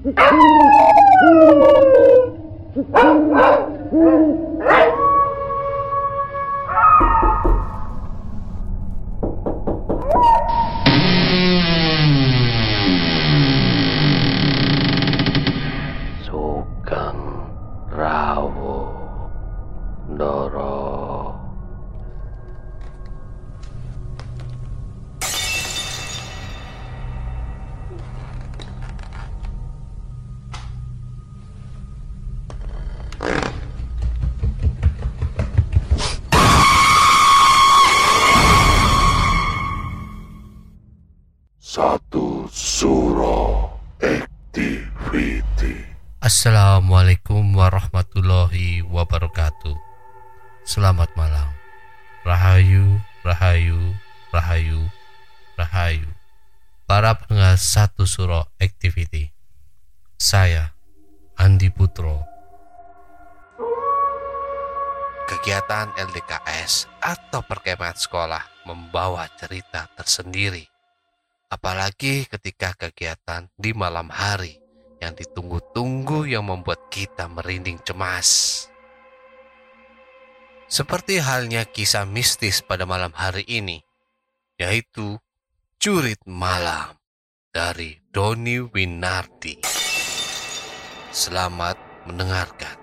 Sugeng Rawuh Ndara. Satu Suro Activity. Assalamualaikum warahmatullahi wabarakatuh. Selamat malam. Rahayu, rahayu, rahayu, rahayu. Para pendengar Satu Suro Activity. Saya Andi Putro. Kegiatan LDKS atau perkemahan sekolah membawa cerita tersendiri. Apalagi ketika kegiatan di malam hari yang ditunggu-tunggu yang membuat kita merinding cemas. Seperti halnya kisah mistis pada malam hari ini, yaitu Jurit Malam dari Doni Winardi. Selamat mendengarkan.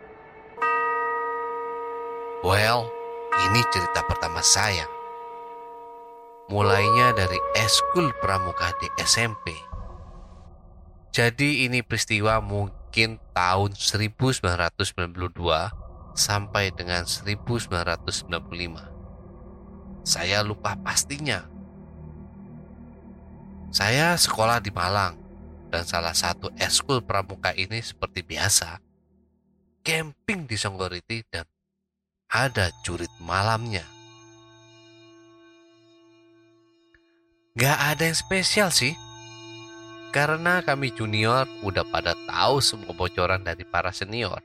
Well, ini cerita pertama saya. Mulainya dari eskul pramuka di SMP. Jadi ini peristiwa mungkin tahun 1992 sampai dengan 1995. Saya lupa pastinya. Saya sekolah di Malang dan salah satu eskul pramuka ini seperti biasa camping di Songgoriti dan ada jurit malamnya. Gak ada yang spesial sih, karena kami junior udah pada tahu semua bocoran dari para senior.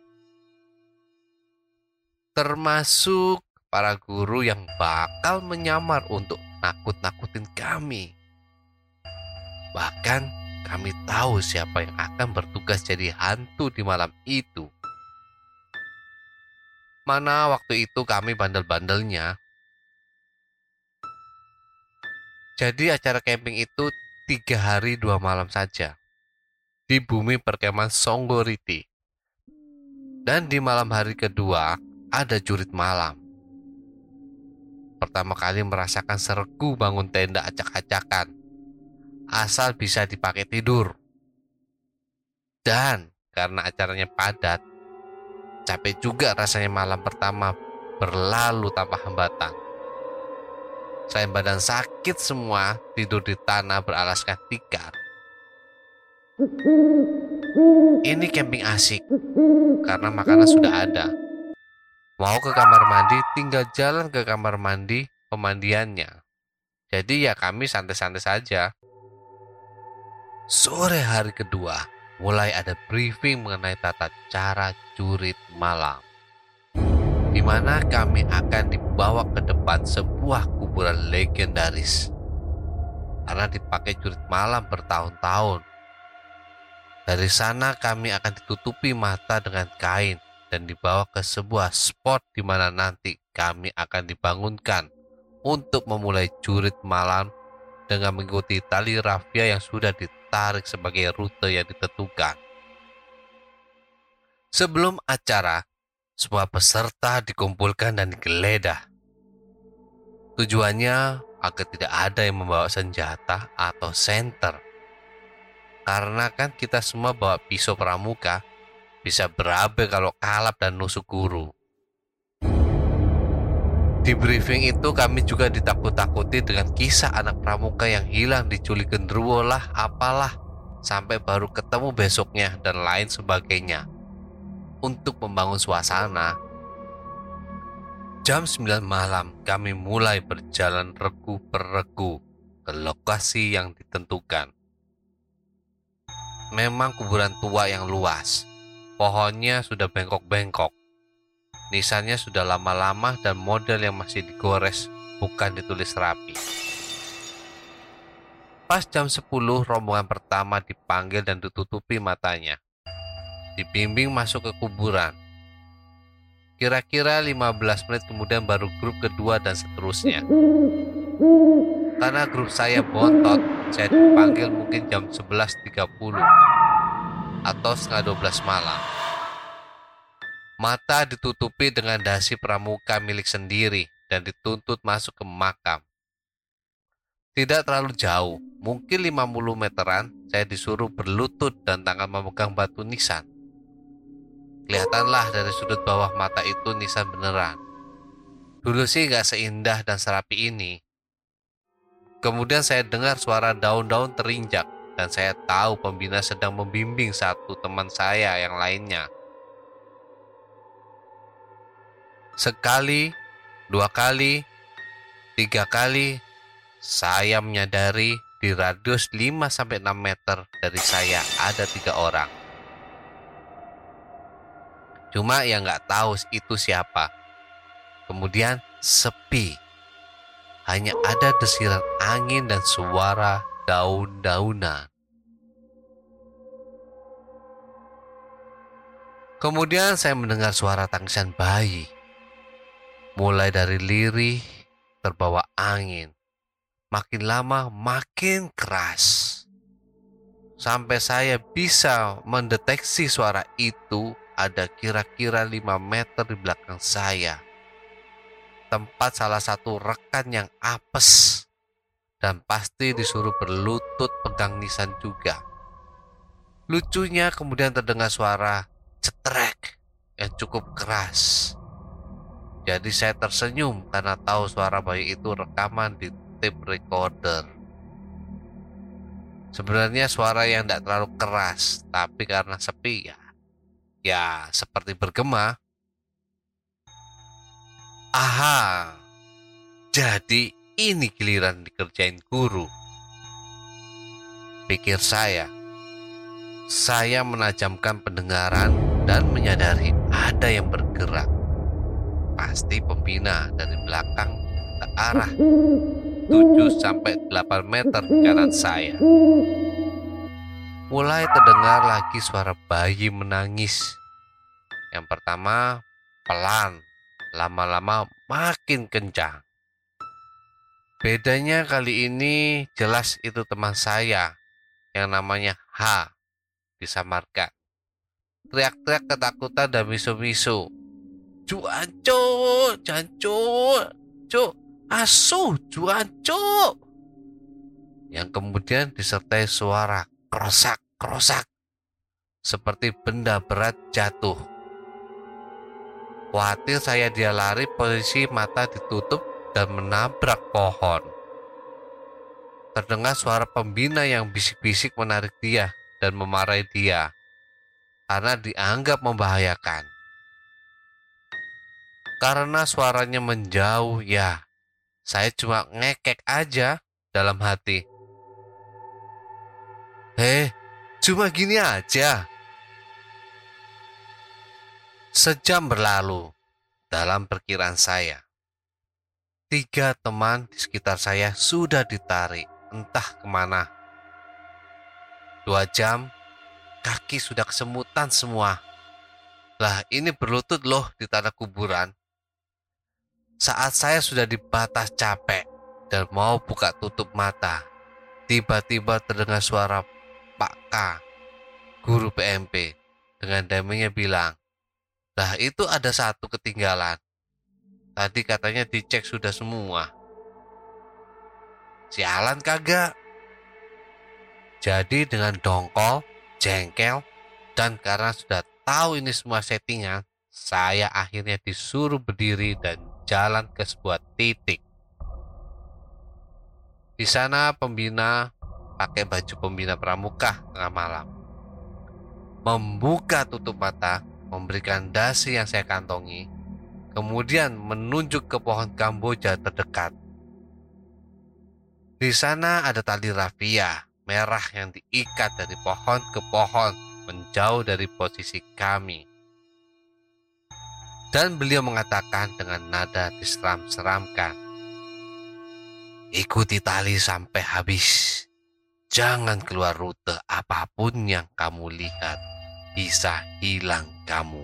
Termasuk para guru yang bakal menyamar untuk nakut-nakutin kami. Bahkan kami tahu siapa yang akan bertugas jadi hantu di malam itu. Mana waktu itu kami bandel-bandelnya. Jadi acara camping itu 3 hari 2 malam saja di bumi perkemahan Songgoriti. Dan di malam hari kedua ada jurit malam. Pertama kali merasakan sergu bangun tenda acak-acakan, asal bisa dipakai tidur. Dan karena acaranya padat, capek juga rasanya malam pertama berlalu tanpa hambatan. Saya badan sakit semua, tidur di tanah beralaskan tikar. Ini camping asik, karena makanan sudah ada. Mau ke kamar mandi, tinggal jalan ke kamar mandi pemandiannya. Jadi ya kami santai-santai saja. Sore hari kedua, mulai ada briefing mengenai tata cara jurit malam, di mana kami akan dibawa ke depan sebuah kuburan legendaris karena dipakai jurit malam bertahun-tahun. Dari sana kami akan ditutupi mata dengan kain dan dibawa ke sebuah spot di mana nanti kami akan dibangunkan untuk memulai jurit malam dengan mengikuti tali rafia yang sudah ditarik sebagai rute yang ditentukan. Sebelum acara, semua peserta dikumpulkan dan digeledah. Tujuannya agar tidak ada yang membawa senjata atau senter. Karena kan kita semua bawa pisau pramuka, bisa berabe kalau kalap dan nusuk guru. Di briefing itu kami juga ditakut-takuti dengan kisah anak pramuka yang hilang diculik genderuwo lah apalah, sampai baru ketemu besoknya dan lain sebagainya. Untuk membangun suasana, jam 9 malam kami mulai berjalan regu per regu ke lokasi yang ditentukan. Memang kuburan tua yang luas, pohonnya sudah bengkok-bengkok, nisannya sudah lama-lama dan model yang masih digores, bukan ditulis rapi. Pas jam 10, rombongan pertama dipanggil dan ditutupi matanya. Dibimbing masuk ke kuburan. Kira-kira 15 menit kemudian baru grup kedua dan seterusnya. Karena grup saya bontot, saya dipanggil mungkin jam 11.30 atau setengah 12 malam. Mata ditutupi dengan dasi pramuka milik sendiri dan dituntut masuk ke makam. Tidak terlalu jauh, mungkin 50 meteran, saya disuruh berlutut dan tangan memegang batu nisan. Kelihatanlah dari sudut bawah mata itu nisan beneran. Dulu sih gak seindah dan serapi ini. Kemudian saya dengar suara daun-daun terinjak dan saya tahu pembina sedang membimbing satu teman saya yang lainnya. Sekali, 2 kali, 3 kali, saya menyadari di radius 5-6 meter dari saya ada 3 orang. Cuma yang gak tahu itu siapa. Kemudian sepi. Hanya ada desiran angin dan suara daun-daunan. Kemudian saya mendengar suara tangisan bayi. Mulai dari lirih, terbawa angin. Makin lama makin keras. Sampai saya bisa mendeteksi suara itu ada kira-kira 5 meter di belakang saya. Tempat salah satu rekan yang apes. Dan pasti disuruh berlutut pegang nisan juga. Lucunya kemudian terdengar suara cetrek yang cukup keras. Jadi saya tersenyum karena tahu suara bayi itu rekaman di tape recorder. Sebenarnya suara yang tidak terlalu keras, tapi karena sepi ya seperti bergema. Aha, jadi ini giliran dikerjain guru, pikir saya. Saya menajamkan pendengaran dan menyadari ada yang bergerak. Pasti pembina dari belakang ke arah 7-8 meter ke kanan saya. Mulai terdengar lagi suara bayi menangis. Yang pertama pelan, lama-lama makin kencang. Bedanya kali ini jelas itu teman saya yang namanya H, disamarkan. Teriak-teriak ketakutan dan misu-misu. Cuanco, janco, cuk, asu, cuanco. Yang kemudian disertai suara kerosak-kerosak. Seperti benda berat jatuh. Khawatir saya dia lari, posisi mata ditutup dan menabrak pohon. Terdengar suara pembina yang bisik-bisik menarik dia dan memarahi dia karena dianggap membahayakan. Karena suaranya menjauh, saya cuma ngekek aja dalam hati. Cuma gini aja. Sejam berlalu, dalam perkiraan saya. 3 teman di sekitar saya sudah ditarik, entah kemana. 2 jam, kaki sudah kesemutan semua. Lah ini berlutut loh di tanah kuburan. Saat saya sudah di batas capek dan mau buka tutup mata, tiba-tiba terdengar suara Pak K, guru PMP, dengan damainya bilang, "Lah itu ada 1 ketinggalan. Tadi katanya dicek sudah semua." Sialan kagak. Jadi dengan dongkol, jengkel, dan karena sudah tahu ini semua settingan, saya akhirnya disuruh berdiri dan jalan ke sebuah titik. Di sana pembina pakai baju pembina pramuka tengah malam. Membuka tutup mata, memberikan dasi yang saya kantongi, kemudian menunjuk ke pohon kamboja terdekat. Di sana ada tali rafia merah yang diikat dari pohon ke pohon menjauh dari posisi kami. Dan beliau mengatakan dengan nada diseram-seramkan, "Ikuti tali sampai habis. jangan keluar rute apapun yang kamu lihat. Bisa hilang kamu.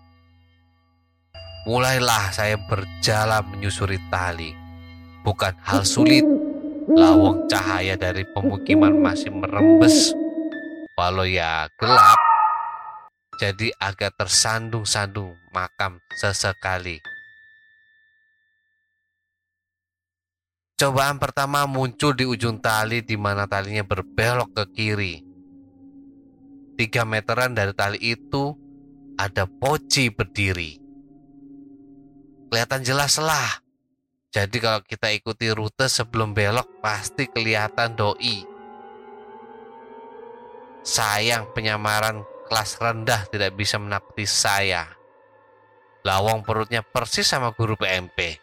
Mulailah saya berjalan menyusuri tali. Bukan hal sulit. Lawang cahaya dari pemukiman masih merembes. Walau ya gelap, jadi agak tersandung-sandung makam sesekali. Cobaan pertama muncul di ujung tali di mana talinya berbelok ke kiri. 3 meteran dari tali itu ada poci berdiri. Kelihatan jelas lah. Jadi kalau kita ikuti rute sebelum belok pasti kelihatan doi. Sayang penyamaran kelas rendah tidak bisa menakuti saya. Lawang perutnya persis sama guru PMP.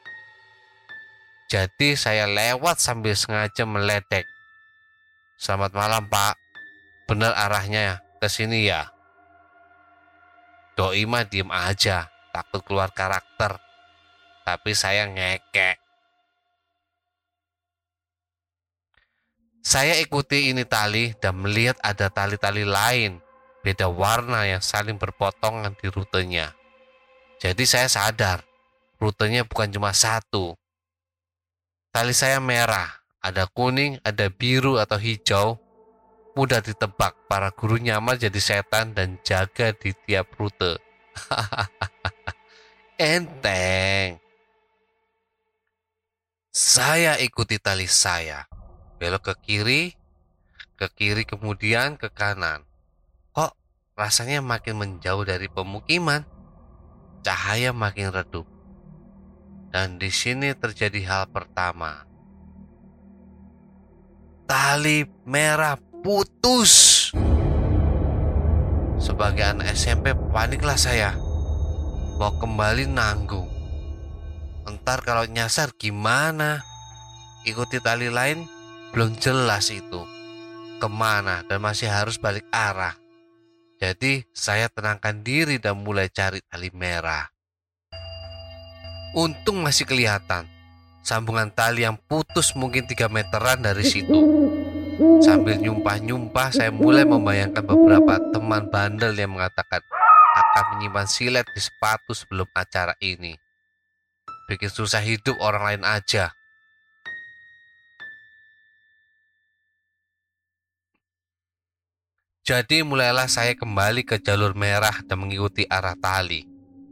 Jadi saya lewat sambil sengaja meledek. Selamat malam Pak. Benar arahnya ke sini ya? Doi mah diem aja, takut keluar karakter. Tapi saya ngekek. Saya ikuti ini tali dan melihat ada tali-tali lain, beda warna yang saling berpotongan di rutenya. Jadi saya sadar, rutenya bukan cuma satu. Tali saya merah, ada kuning, ada biru atau hijau. Mudah ditebak, para guru nyamar jadi setan dan jaga di tiap rute. Enteng. Saya ikuti tali saya. Belok ke kiri kemudian ke kanan. Kok rasanya makin menjauh dari pemukiman? Cahaya makin redup. Dan di sini terjadi hal pertama. Tali merah putus. Sebagai anak SMP paniklah saya. Mau kembali nanggung. Entar kalau nyasar gimana? Ikuti tali lain belum jelas itu kemana dan masih harus balik arah. Jadi saya tenangkan diri dan mulai cari tali merah. Untung masih kelihatan sambungan tali yang putus mungkin 3 meteran dari situ. Sambil nyumpah-nyumpah saya mulai membayangkan beberapa teman bandel yang mengatakan akan menyimpan silet di sepatu sebelum acara ini. Bikin susah hidup orang lain aja. Jadi mulailah saya kembali ke jalur merah dan mengikuti arah tali.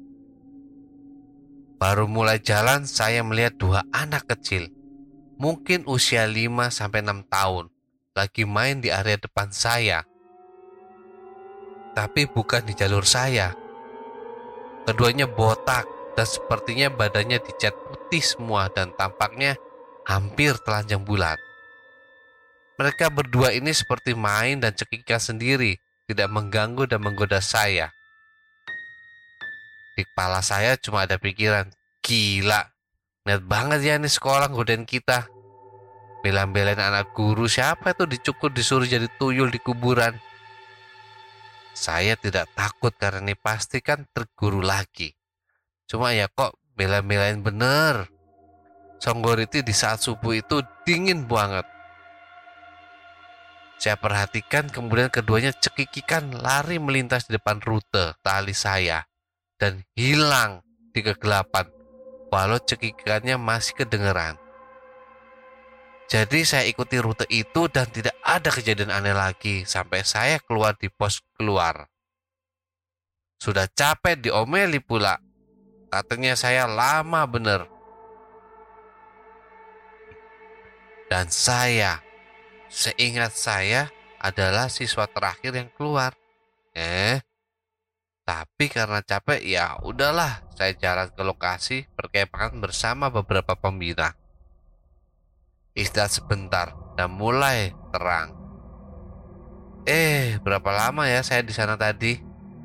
Baru mulai jalan saya melihat 2 anak kecil, mungkin usia 5-6 tahun, lagi main di area depan saya. Tapi bukan di jalur saya. Keduanya botak dan sepertinya badannya dicat putih semua dan tampaknya hampir telanjang bulat. Mereka berdua ini seperti main dan cekikikan sendiri, tidak mengganggu dan menggoda saya. Di kepala saya cuma ada pikiran, gila, niat banget ya ini sekolah godain kita. Bela-belain anak guru, siapa itu dicukur disuruh jadi tuyul di kuburan. Saya tidak takut karena ini pasti kan trik guru lagi. Cuma ya kok bela-belain bener. Songgoriti di saat subuh itu dingin banget. Saya perhatikan kemudian keduanya cekikikan lari melintas di depan rute tali saya dan hilang di kegelapan walau cekikikannya masih kedengeran. Jadi saya ikuti rute itu dan tidak ada kejadian aneh lagi sampai saya keluar di pos keluar. Sudah capek diomeli pula. Katanya saya lama bener. Dan saya, seingat saya adalah siswa terakhir yang keluar. Tapi karena capek ya udahlah, saya jalan ke lokasi perkemahan bersama beberapa pembina. Istirahat sebentar dan mulai terang. Berapa lama ya saya di sana tadi?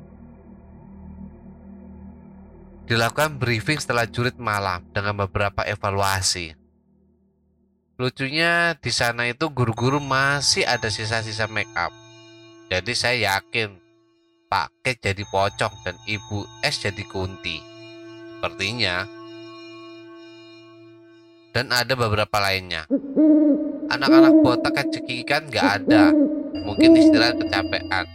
Dilakukan briefing setelah jurit malam dengan beberapa evaluasi. Lucunya di sana itu guru-guru masih ada sisa-sisa make up. Jadi saya yakin Pak K jadi pocong dan Ibu S jadi kunti. Sepertinya. Dan ada beberapa lainnya. Anak-anak botak cekikikan nggak ada. Mungkin istirahat kecapean.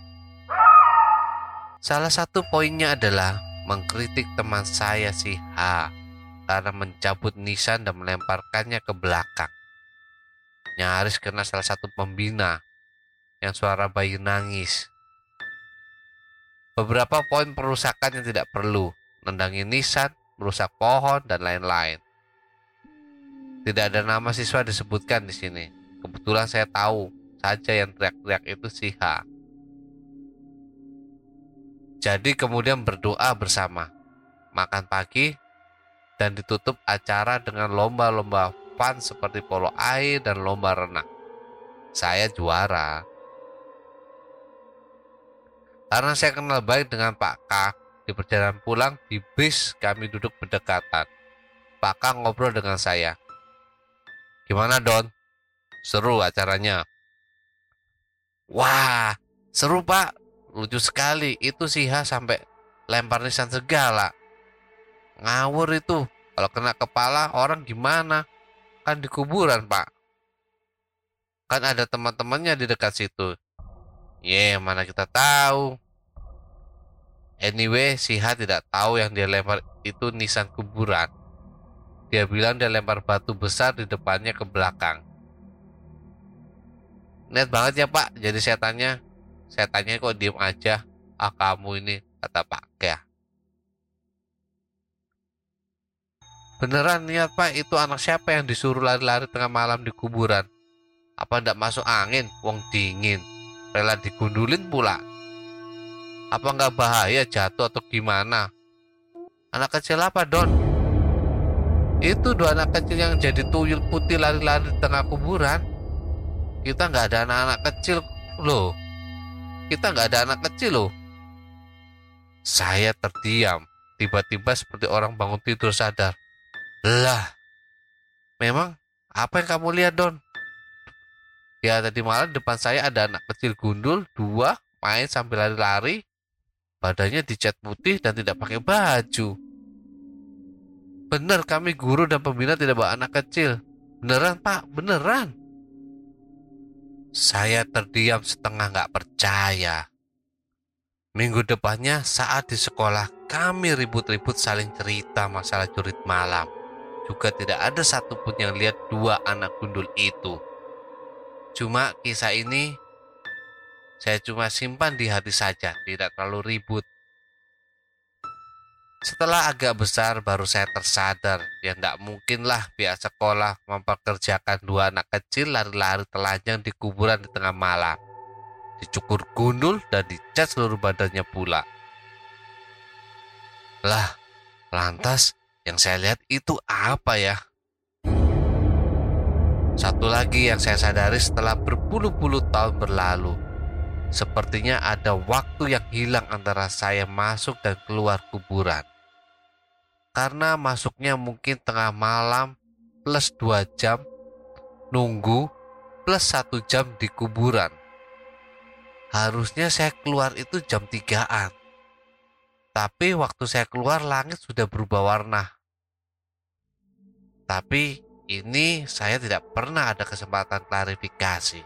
Salah satu poinnya adalah mengkritik teman saya si H karena mencabut nisan dan melemparkannya ke belakang. Nyaris kena salah satu pembina yang suara bayi nangis. Beberapa poin perusakan yang tidak perlu, nendangin nisan, merusak pohon, dan lain-lain. Tidak ada nama siswa disebutkan di sini. Kebetulan saya tahu saja yang teriak-teriak itu si H. Jadi kemudian berdoa bersama, makan pagi, dan ditutup acara dengan lomba-lomba fun seperti polo air dan lomba renang. Saya juara. Karena saya kenal baik dengan Pak K, di perjalanan pulang di bis kami duduk berdekatan. Pak K ngobrol dengan saya. Gimana Don? Seru acaranya. Wah, seru Pak. Lucu sekali. Itu si H sampai lempar nisan segala. Ngawur itu. Kalau kena kepala orang gimana? Kan di kuburan Pak. Kan ada teman-temannya di dekat situ. Mana kita tahu. Anyway, si H tidak tahu yang dia lempar itu nisan kuburan. Dia bilang dia lempar batu besar di depannya ke belakang. Niat banget ya Pak jadi setannya. Setannya kok diem aja. Kamu ini, kata Pak K. Beneran niat Pak, itu anak siapa yang disuruh lari-lari tengah malam di kuburan? Apa ndak masuk angin? Wong dingin. Rela digundulin pula. Apa nggak bahaya jatuh atau gimana? Anak kecil apa Don? Itu dua anak kecil yang jadi tuyul putih lari-lari di tengah kuburan. Kita nggak ada anak-anak kecil loh. Saya terdiam. Tiba-tiba seperti orang bangun tidur sadar. Lah, memang apa yang kamu lihat Don? Ya tadi malam depan saya ada anak kecil gundul 2 main sambil lari-lari. Badannya dicat putih dan tidak pakai baju. Benar kami guru dan pembina tidak bawa anak kecil. Beneran Pak, beneran. Saya terdiam setengah nggak percaya. Minggu depannya saat di sekolah kami ribut-ribut saling cerita masalah jurit malam. Juga tidak ada satupun yang lihat 2 anak gundul itu. Cuma kisah ini saya cuma simpan di hati saja, tidak terlalu ribut. Setelah agak besar baru saya tersadar, ya tidak mungkinlah pihak sekolah mempekerjakan 2 anak kecil lari-lari telanjang di kuburan di tengah malam. Dicukur gundul dan dicat seluruh badannya pula. Lah, lantas yang saya lihat itu apa ya? Satu lagi yang saya sadari setelah berpuluh-puluh tahun berlalu. Sepertinya ada waktu yang hilang antara saya masuk dan keluar kuburan. Karena masuknya mungkin tengah malam plus 2 jam, nunggu plus 1 jam di kuburan. Harusnya saya keluar itu jam 3-an. Tapi waktu saya keluar langit sudah berubah warna. Tapi ini saya tidak pernah ada kesempatan klarifikasi.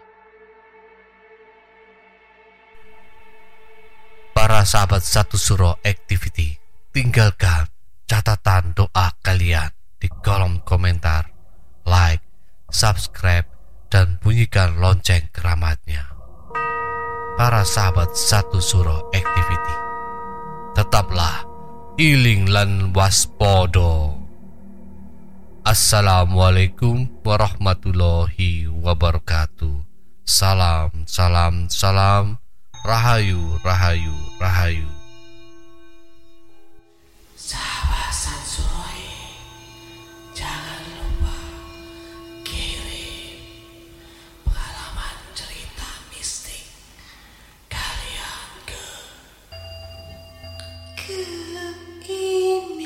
Para sahabat Satu Suro Activity, tinggalkan catatan doa kalian di kolom komentar, like, subscribe, dan bunyikan lonceng keramatnya. Para sahabat Satu Suro Activity, tetaplah iling lan waspodo. Assalamualaikum warahmatullahi wabarakatuh. Salam, salam, salam. Rahayu, rahayu, rahayu. Sahabat Sansoi, jangan lupa kirim pengalaman cerita mistik kalian ke email